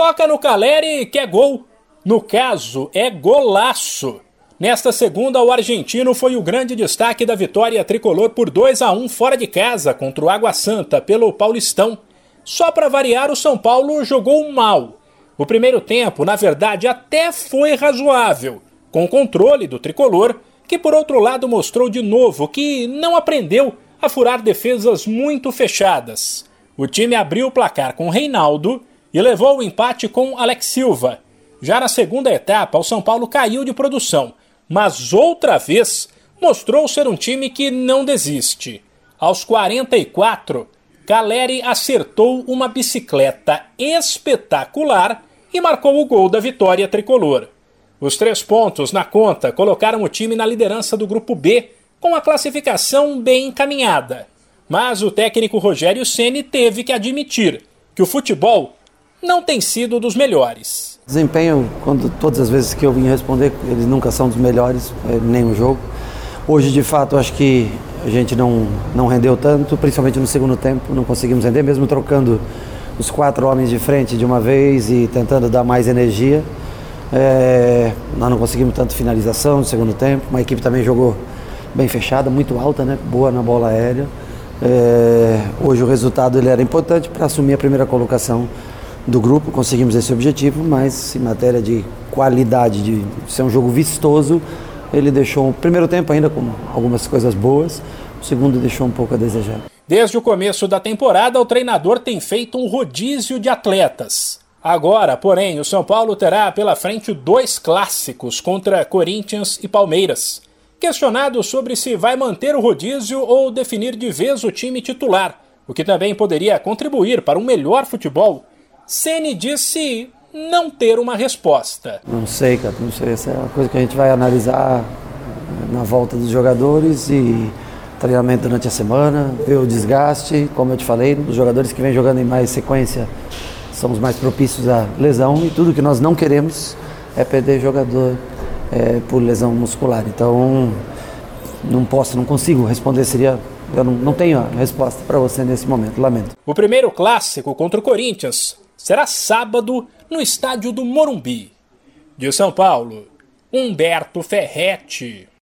Toca no Caleri que é gol. No caso, é golaço. Nesta segunda, o argentino foi o grande destaque da vitória tricolor por 2-1 fora de casa contra o Água Santa pelo Paulistão. Só para variar, o São Paulo jogou mal. O primeiro tempo, na verdade, até foi razoável, com o controle do tricolor, que por outro lado mostrou de novo que não aprendeu a furar defesas muito fechadas. O time abriu o placar com Reinaldo e levou o empate com Alex Silva. Já na segunda etapa, o São Paulo caiu de produção, mas outra vez mostrou ser um time que não desiste. Aos 44, Caleri acertou uma bicicleta espetacular e marcou o gol da vitória tricolor. Os 3 pontos na conta colocaram o time na liderança do grupo B, com a classificação bem encaminhada. Mas o técnico Rogério Ceni teve que admitir que o futebol não tem sido dos melhores. Desempenho, todas as vezes que eu vim responder, eles nunca são dos melhores, nem no jogo. Hoje, de fato, acho que a gente não rendeu tanto, principalmente no segundo tempo, não conseguimos render, mesmo trocando os 4 homens de frente de uma vez e tentando dar mais energia. Nós não conseguimos tanto finalização no segundo tempo, uma equipe também jogou bem fechada, muito alta, né? Boa na bola aérea. Hoje o resultado ele era importante para assumir a primeira colocação do grupo, conseguimos esse objetivo, mas em matéria de qualidade, de ser um jogo vistoso, ele deixou o primeiro tempo ainda com algumas coisas boas, o segundo deixou um pouco a desejar. Desde o começo da temporada, o treinador tem feito um rodízio de atletas. Agora, porém, o São Paulo terá pela frente 2 clássicos contra Corinthians e Palmeiras. Questionado sobre se vai manter o rodízio ou definir de vez o time titular, o que também poderia contribuir para um melhor futebol, Ceni disse não ter uma resposta. Não sei, cara, não sei. Essa é uma coisa que a gente vai analisar na volta dos jogadores e treinamento durante a semana, ver o desgaste, como eu te falei, os jogadores que vêm jogando em mais sequência são os mais propícios à lesão e tudo que nós não queremos é perder jogador por lesão muscular. Então, não consigo responder, eu não tenho a resposta para você nesse momento, lamento. O primeiro clássico contra o Corinthians será sábado no estádio do Morumbi. De São Paulo, Humberto Ferretti.